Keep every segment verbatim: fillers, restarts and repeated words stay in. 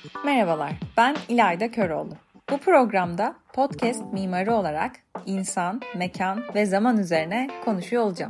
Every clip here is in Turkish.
Merhabalar, ben İlayda Köroğlu. Bu programda podcast mimarı olarak insan, mekan ve zaman üzerine konuşuyor olacağım.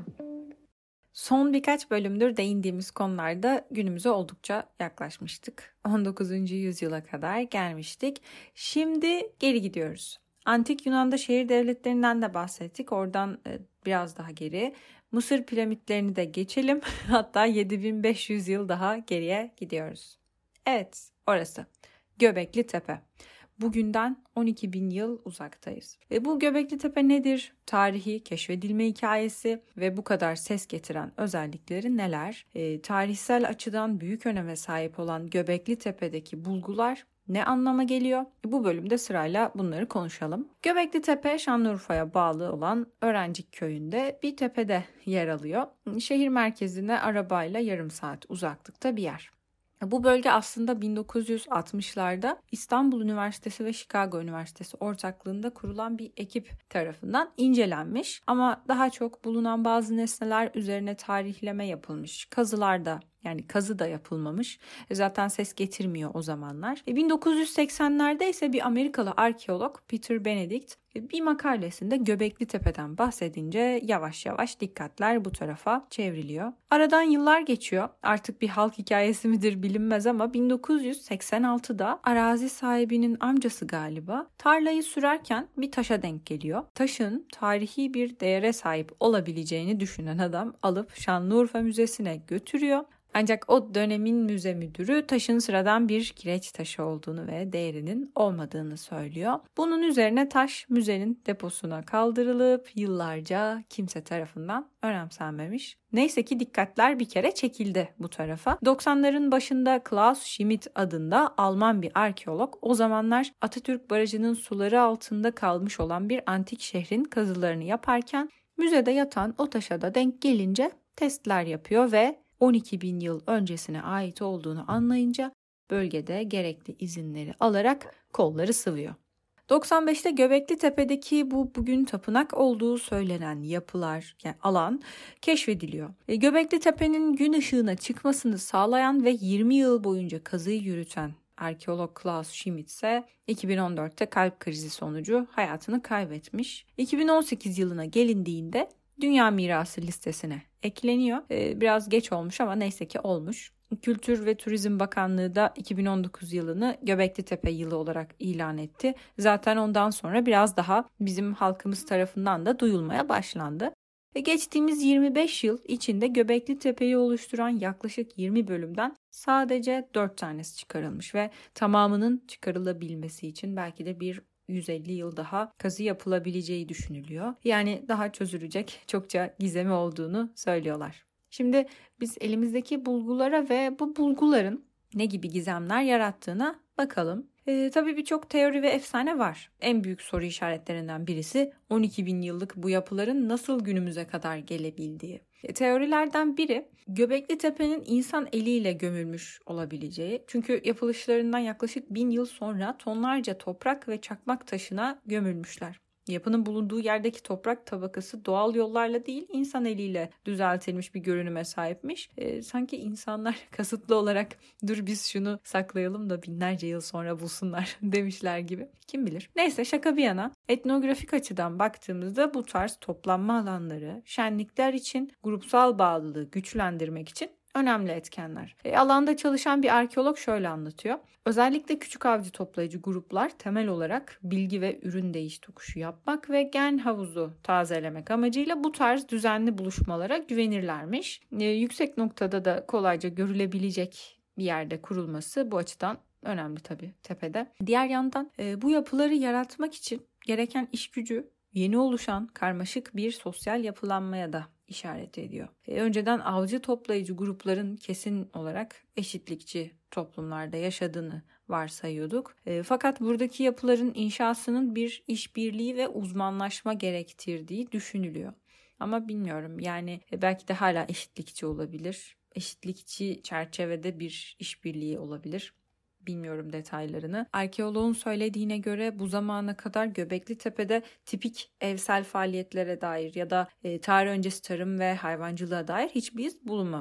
Son birkaç bölümdür değindiğimiz konularda günümüze oldukça yaklaşmıştık. on dokuzuncu yüzyıla kadar gelmiştik. Şimdi geri gidiyoruz. Antik Yunan'da şehir devletlerinden de bahsettik. Oradan biraz daha geri. Mısır piramitlerini de geçelim. Hatta yedi bin beş yüz yıl daha geriye gidiyoruz. Evet, orası. Göbekli Tepe. Bugünden on iki bin yıl uzaktayız. Ve bu Göbekli Tepe nedir? Tarihi, keşfedilme hikayesi ve bu kadar ses getiren özellikleri neler? E, tarihsel açıdan büyük öneme sahip olan Göbekli Tepe'deki bulgular ne anlama geliyor? Bu bölümde sırayla bunları konuşalım. Göbekli Tepe, Şanlıurfa'ya bağlı olan Öğrencik Köyü'nde bir tepede yer alıyor. Şehir merkezine arabayla yarım saat uzaklıkta bir yer. Bu bölge aslında bin dokuz yüz altmışlarda İstanbul Üniversitesi ve Chicago Üniversitesi ortaklığında kurulan bir ekip tarafından incelenmiş. Ama daha çok bulunan bazı nesneler üzerine tarihleme yapılmış. Kazılarda, yani kazı da yapılmamış. Zaten ses getirmiyor o zamanlar. bin dokuz yüz seksenlerde ise bir Amerikalı arkeolog Peter Benedict bir makalesinde Göbekli Tepe'den bahsedince yavaş yavaş dikkatler bu tarafa çevriliyor. Aradan yıllar geçiyor. Artık bir halk hikayesi midir bilinmez ama bin dokuz yüz seksen altıda arazi sahibinin amcası galiba tarlayı sürerken bir taşa denk geliyor. Taşın tarihi bir değere sahip olabileceğini düşünen adam alıp Şanlıurfa Müzesi'ne götürüyor. Ancak o dönemin müze müdürü taşın sıradan bir kireç taşı olduğunu ve değerinin olmadığını söylüyor. Bunun üzerine taş müzenin deposuna kaldırılıp yıllarca kimse tarafından önemsenmemiş. Neyse ki dikkatler bir kere çekildi bu tarafa. doksanların başında Klaus Schmidt adında Alman bir arkeolog o zamanlar Atatürk Barajı'nın suları altında kalmış olan bir antik şehrin kazılarını yaparken müzede yatan o taşa da denk gelince testler yapıyor ve on iki bin yıl öncesine ait olduğunu anlayınca bölgede gerekli izinleri alarak kolları sıvıyor. doksan beşte Göbekli Tepe'deki bu bugün tapınak olduğu söylenen yapılar, yani alan keşfediliyor. E, Göbekli Tepe'nin gün ışığına çıkmasını sağlayan ve yirmi yıl boyunca kazıyı yürüten arkeolog Klaus Schmidt ise iki bin on dörtte kalp krizi sonucu hayatını kaybetmiş. iki bin on sekiz yılına gelindiğinde Dünya Mirası listesine ekleniyor. Ee, biraz geç olmuş ama neyse ki olmuş. Kültür ve Turizm Bakanlığı da iki bin on dokuz yılını Göbekli Tepe yılı olarak ilan etti. Zaten ondan sonra biraz daha bizim halkımız tarafından da duyulmaya başlandı. Ve geçtiğimiz yirmi beş yıl içinde Göbekli Tepe'yi oluşturan yaklaşık yirmi bölümden sadece dört tanesi çıkarılmış ve tamamının çıkarılabilmesi için belki de bir yüz elli yıl daha kazı yapılabileceği düşünülüyor. Yani daha çözülecek çokça gizemi olduğunu söylüyorlar. Şimdi biz elimizdeki bulgulara ve bu bulguların ne gibi gizemler yarattığına bakalım. Ee, tabii birçok teori ve efsane var. En büyük soru işaretlerinden birisi on iki bin yıllık bu yapıların nasıl günümüze kadar gelebildiği. E, teorilerden biri Göbekli Tepe'nin insan eliyle gömülmüş olabileceği. Çünkü yapılışlarından yaklaşık bin yıl sonra tonlarca toprak ve çakmak taşına gömülmüşler. Yapının bulunduğu yerdeki toprak tabakası doğal yollarla değil, insan eliyle düzeltilmiş bir görünüme sahipmiş. E, sanki insanlar kasıtlı olarak dur biz şunu saklayalım da binlerce yıl sonra bulsunlar demişler gibi. Kim bilir. Neyse şaka bir yana, etnografik açıdan baktığımızda bu tarz toplanma alanları şenlikler için grupsal bağlılığı güçlendirmek için önemli etkenler. E, alanda çalışan bir arkeolog şöyle anlatıyor. Özellikle küçük avcı toplayıcı gruplar temel olarak bilgi ve ürün değiş tokuşu yapmak ve gen havuzu tazelemek amacıyla bu tarz düzenli buluşmalara güvenirlermiş. E, yüksek noktada da kolayca görülebilecek bir yerde kurulması bu açıdan önemli tabii tepede. Diğer yandan e, bu yapıları yaratmak için gereken iş gücü yeni oluşan karmaşık bir sosyal yapılanmaya da işaret ediyor. E, önceden avcı toplayıcı grupların kesin olarak eşitlikçi toplumlarda yaşadığını varsayıyorduk. E, fakat buradaki yapıların inşasının bir işbirliği ve uzmanlaşma gerektirdiği düşünülüyor. Ama bilmiyorum, yani e, belki de hala eşitlikçi olabilir. Eşitlikçi çerçevede bir işbirliği olabilir. Bilmiyorum detaylarını. Arkeoloğun söylediğine göre bu zamana kadar Göbekli Tepe'de tipik evsel faaliyetlere dair ya da e, tarih öncesi tarım ve hayvancılığa dair hiçbir iz bulunmamış.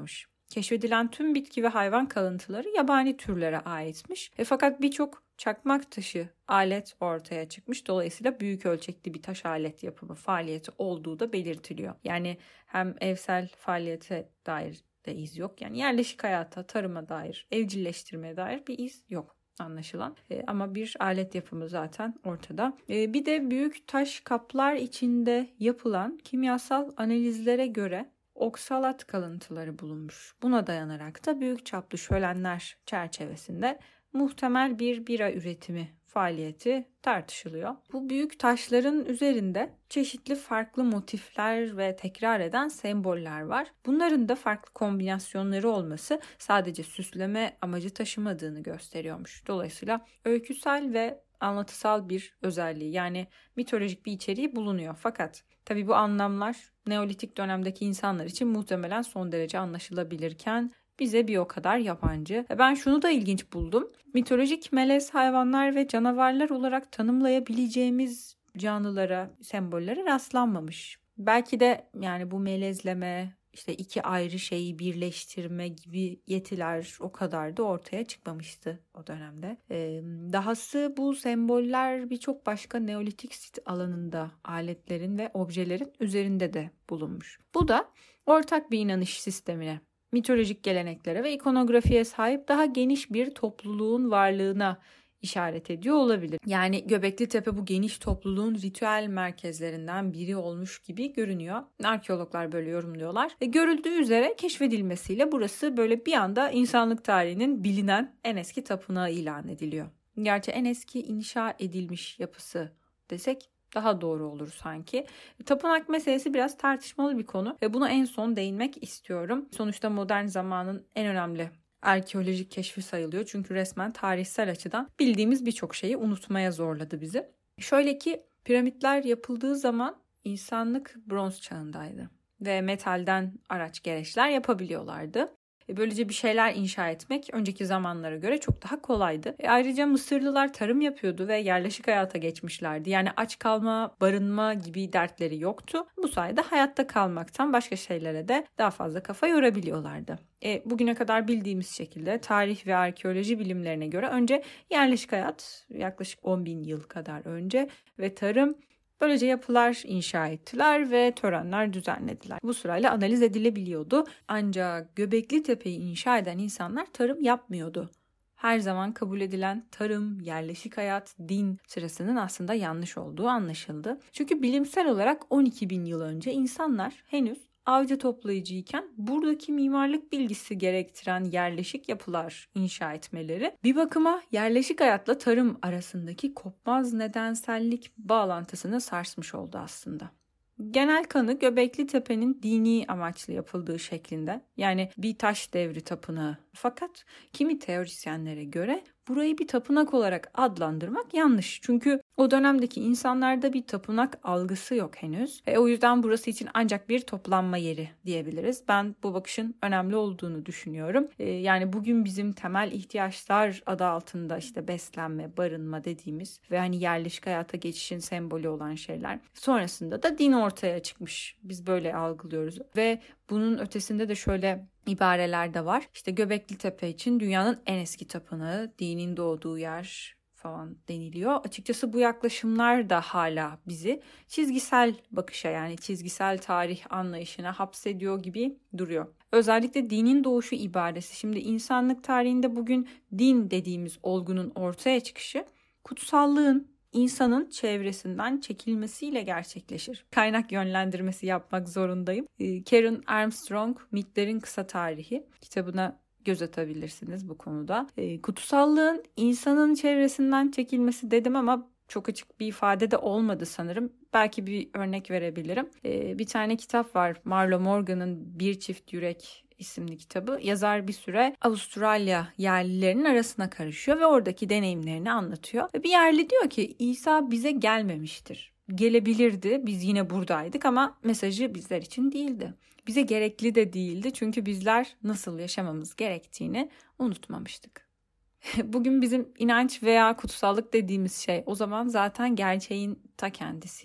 Keşfedilen tüm bitki ve hayvan kalıntıları yabani türlere aitmiş. E fakat birçok çakmak taşı alet ortaya çıkmış. Dolayısıyla büyük ölçekli bir taş alet yapımı faaliyeti olduğu da belirtiliyor. Yani hem evsel faaliyete dair de iz yok. Yani yerleşik hayata, tarıma dair, evcilleştirmeye dair bir iz yok anlaşılan. E, ama bir alet yapımı zaten ortada. E, bir de büyük taş kaplar içinde yapılan kimyasal analizlere göre oksalat kalıntıları bulunmuş. Buna dayanarak da büyük çaplı şölenler çerçevesinde muhtemel bir bira üretimi faaliyeti tartışılıyor. Bu büyük taşların üzerinde çeşitli farklı motifler ve tekrar eden semboller var. Bunların da farklı kombinasyonları olması sadece süsleme amacı taşımadığını gösteriyormuş. Dolayısıyla öyküsel ve anlatısal bir özelliği, yani mitolojik bir içeriği bulunuyor. Fakat tabii bu anlamlar Neolitik dönemdeki insanlar için muhtemelen son derece anlaşılabilirken bize bir o kadar yabancı. Ben şunu da ilginç buldum. Mitolojik melez hayvanlar ve canavarlar olarak tanımlayabileceğimiz canlılara, sembollere rastlanmamış. Belki de yani bu melezleme, işte iki ayrı şeyi birleştirme gibi yetiler o kadar da ortaya çıkmamıştı o dönemde. Ee, dahası bu semboller birçok başka Neolitik sit alanında aletlerin ve objelerin üzerinde de bulunmuş. Bu da ortak bir inanış sistemine, mitolojik geleneklere ve ikonografiye sahip daha geniş bir topluluğun varlığına işaret ediyor olabilir. Yani Göbekli Tepe bu geniş topluluğun ritüel merkezlerinden biri olmuş gibi görünüyor. Arkeologlar böyle yorumluyorlar. E, görüldüğü üzere keşfedilmesiyle burası böyle bir anda insanlık tarihinin bilinen en eski tapınağı ilan ediliyor. Gerçi en eski inşa edilmiş yapısı desek daha doğru olur sanki. Tapınak meselesi biraz tartışmalı bir konu ve buna en son değinmek istiyorum. Sonuçta modern zamanın en önemli arkeolojik keşfi sayılıyor. Çünkü resmen tarihsel açıdan bildiğimiz birçok şeyi unutmaya zorladı bizi. Şöyle ki piramitler yapıldığı zaman insanlık bronz çağındaydı ve metalden araç gereçler yapabiliyorlardı. Böylece bir şeyler inşa etmek önceki zamanlara göre çok daha kolaydı. E ayrıca Mısırlılar tarım yapıyordu ve yerleşik hayata geçmişlerdi. Yani aç kalma, barınma gibi dertleri yoktu. Bu sayede hayatta kalmaktan başka şeylere de daha fazla kafa yorabiliyorlardı. E, bugüne kadar bildiğimiz şekilde tarih ve arkeoloji bilimlerine göre önce yerleşik hayat yaklaşık on bin yıl kadar önce ve tarım, böylece yapılar inşa ettiler ve törenler düzenlediler. Bu sırayla analiz edilebiliyordu. Ancak Göbekli Tepe'yi inşa eden insanlar tarım yapmıyordu. Her zaman kabul edilen tarım, yerleşik hayat, din sırasının aslında yanlış olduğu anlaşıldı. Çünkü bilimsel olarak on iki bin yıl önce insanlar henüz avcı toplayıcıyken buradaki mimarlık bilgisi gerektiren yerleşik yapılar inşa etmeleri bir bakıma yerleşik hayatla tarım arasındaki kopmaz nedensellik bağlantısını sarsmış oldu aslında. Genel kanı Göbekli Tepe'nin dini amaçlı yapıldığı şeklinde, yani bir taş devri tapınağı. Fakat kimi teorisyenlere göre burayı bir tapınak olarak adlandırmak yanlış. Çünkü o dönemdeki insanlarda bir tapınak algısı yok henüz. E, o yüzden burası için ancak bir toplanma yeri diyebiliriz. Ben bu bakışın önemli olduğunu düşünüyorum. E, yani bugün bizim temel ihtiyaçlar adı altında işte beslenme, barınma dediğimiz ve hani yerleşik hayata geçişin sembolü olan şeyler. Sonrasında da din ortaya çıkmış. Biz böyle algılıyoruz ve bunun ötesinde de şöyle ibareler de var. İşte Göbekli Tepe için dünyanın en eski tapınağı, dinin doğduğu yer falan deniliyor. Açıkçası bu yaklaşımlar da hala bizi çizgisel bakışa, yani çizgisel tarih anlayışına hapsediyor gibi duruyor. Özellikle dinin doğuşu ibaresi. Şimdi insanlık tarihinde bugün din dediğimiz olgunun ortaya çıkışı kutsallığın insanın çevresinden çekilmesiyle gerçekleşir. Kaynak yönlendirmesi yapmak zorundayım. Karen Armstrong, Mitlerin Kısa Tarihi kitabına göz atabilirsiniz bu konuda. Kutsallığın insanın çevresinden çekilmesi dedim ama çok açık bir ifade de olmadı sanırım. Belki bir örnek verebilirim. Bir tane kitap var, Marlo Morgan'ın Bir Çift Yürek isimli kitabı. Yazar bir süre Avustralya yerlilerinin arasına karışıyor ve oradaki deneyimlerini anlatıyor. Ve bir yerli diyor ki İsa bize gelmemiştir. Gelebilirdi, biz yine buradaydık ama mesajı bizler için değildi. Bize gerekli de değildi çünkü bizler nasıl yaşamamız gerektiğini unutmamıştık. Bugün bizim inanç veya kutsallık dediğimiz şey o zaman zaten gerçeğin ta kendisiydi.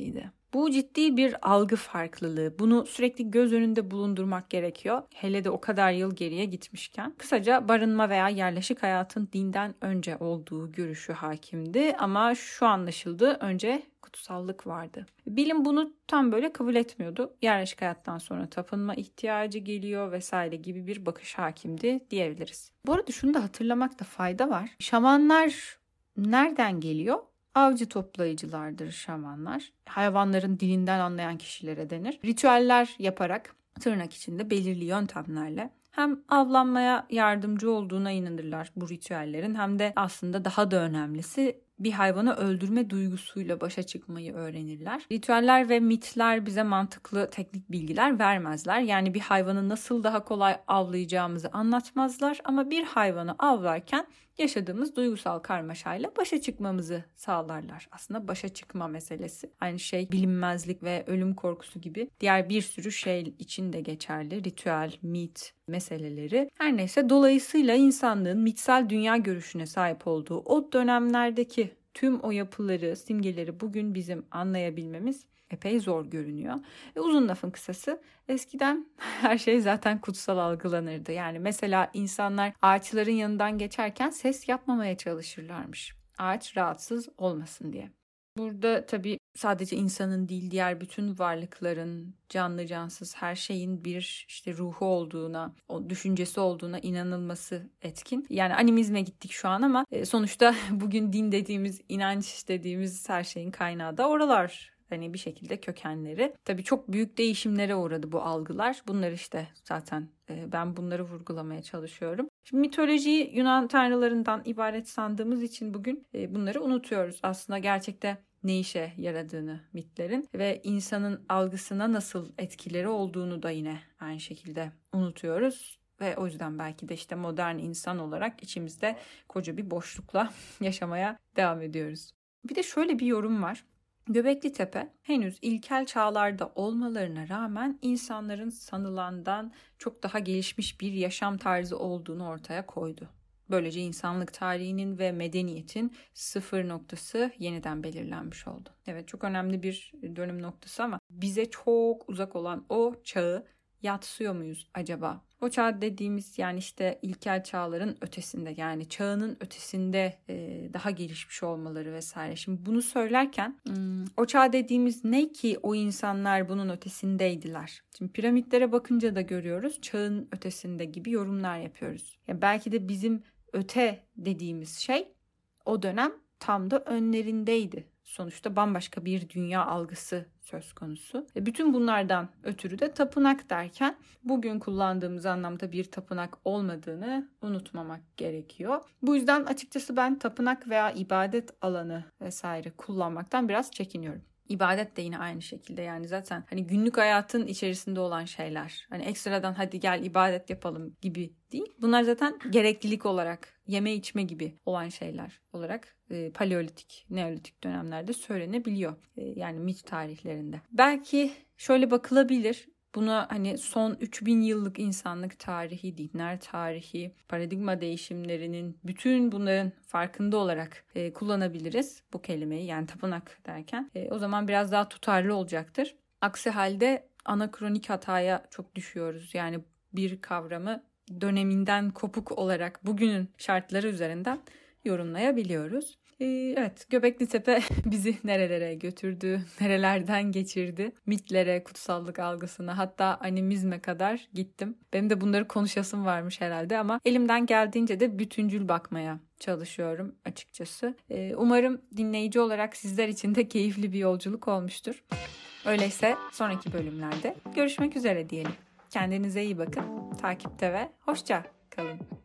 Bu ciddi bir algı farklılığı. Bunu sürekli göz önünde bulundurmak gerekiyor. Hele de o kadar yıl geriye gitmişken. Kısaca barınma veya yerleşik hayatın dinden önce olduğu görüşü hakimdi ama şu anlaşıldı, önce kutsallık vardı. Bilim bunu tam böyle kabul etmiyordu. Yerleşik hayattan sonra tapınma ihtiyacı geliyor vesaire gibi bir bakış hakimdi diyebiliriz. Bu arada şunu da hatırlamakta fayda var. Şamanlar nereden geliyor? Avcı toplayıcılardır şamanlar. Hayvanların dilinden anlayan kişilere denir. Ritüeller yaparak tırnak içinde belirli yöntemlerle hem avlanmaya yardımcı olduğuna inanırlar bu ritüellerin, hem de aslında daha da önemlisi bir hayvanı öldürme duygusuyla başa çıkmayı öğrenirler. Ritüeller ve mitler bize mantıklı teknik bilgiler vermezler. Yani bir hayvanı nasıl daha kolay avlayacağımızı anlatmazlar ama bir hayvanı avlarken yaşadığımız duygusal karmaşayla başa çıkmamızı sağlarlar. Aslında başa çıkma meselesi. Aynı şey bilinmezlik ve ölüm korkusu gibi diğer bir sürü şey için de geçerli. Ritüel, mit meseleleri. Her neyse, dolayısıyla insanlığın mitsel dünya görüşüne sahip olduğu o dönemlerdeki tüm o yapıları, simgeleri bugün bizim anlayabilmemiz epey zor görünüyor. E uzun lafın kısası, eskiden her şey zaten kutsal algılanırdı. Yani mesela insanlar ağaçların yanından geçerken ses yapmamaya çalışırlarmış. Ağaç rahatsız olmasın diye. Burada tabii sadece insanın değil, diğer bütün varlıkların, canlı cansız her şeyin bir işte ruhu olduğuna, o düşüncesi olduğuna inanılması etkin. Yani animizme gittik şu an ama sonuçta bugün din dediğimiz, inanç dediğimiz her şeyin kaynağı da oralar. Hani bir şekilde kökenleri. Tabii çok büyük değişimlere uğradı bu algılar. Bunlar işte zaten ben bunları vurgulamaya çalışıyorum. Şimdi mitolojiyi Yunan tanrılarından ibaret sandığımız için bugün bunları unutuyoruz. Aslında gerçekte ne işe yaradığını mitlerin ve insanın algısına nasıl etkileri olduğunu da yine aynı şekilde unutuyoruz. Ve o yüzden belki de işte modern insan olarak içimizde koca bir boşlukla yaşamaya devam ediyoruz. Bir de şöyle bir yorum var. Göbekli Tepe henüz ilkel çağlarda olmalarına rağmen insanların sanılandan çok daha gelişmiş bir yaşam tarzı olduğunu ortaya koydu. Böylece insanlık tarihinin ve medeniyetin sıfır noktası yeniden belirlenmiş oldu. Evet, çok önemli bir dönüm noktası ama bize çok uzak olan o çağı yatsıyor muyuz acaba? O çağ dediğimiz yani işte ilkel çağların ötesinde, yani çağının ötesinde e, daha gelişmiş olmaları vesaire. Şimdi bunu söylerken hmm, o çağ dediğimiz ne ki o insanlar bunun ötesindeydiler? Şimdi piramitlere bakınca da görüyoruz, çağın ötesinde gibi yorumlar yapıyoruz. Ya belki de bizim öte dediğimiz şey o dönem tam da önlerindeydi. Sonuçta bambaşka bir dünya algısı söz konusu. E bütün bunlardan ötürü de tapınak derken bugün kullandığımız anlamda bir tapınak olmadığını unutmamak gerekiyor. Bu yüzden açıkçası ben tapınak veya ibadet alanı vesaire kullanmaktan biraz çekiniyorum. İbadet de yine aynı şekilde, yani zaten hani günlük hayatın içerisinde olan şeyler. Hani ekstradan hadi gel ibadet yapalım gibi değil. Bunlar zaten gereklilik olarak, yeme içme gibi olan şeyler olarak e, paleolitik, neolitik dönemlerde söylenebiliyor. E, yani mit tarihlerinde. Belki şöyle bakılabilir. Buna hani son üç bin yıllık insanlık tarihi, dinler tarihi, paradigma değişimlerinin bütün bunların farkında olarak e, kullanabiliriz bu kelimeyi, yani tapınak derken. E, o zaman biraz daha tutarlı olacaktır. Aksi halde anakronik hataya çok düşüyoruz. Yani bir kavramı döneminden kopuk olarak bugünün şartları üzerinden yorumlayabiliyoruz. Evet, Göbekli Tepe bizi nerelere götürdü, nerelerden geçirdi. Mitlere, kutsallık algısına, hatta animizme kadar gittim. Benim de bunları konuşasım varmış herhalde ama elimden geldiğince de bütüncül bakmaya çalışıyorum açıkçası. Umarım dinleyici olarak sizler için de keyifli bir yolculuk olmuştur. Öyleyse sonraki bölümlerde görüşmek üzere diyelim. Kendinize iyi bakın, takipte ve hoşça kalın.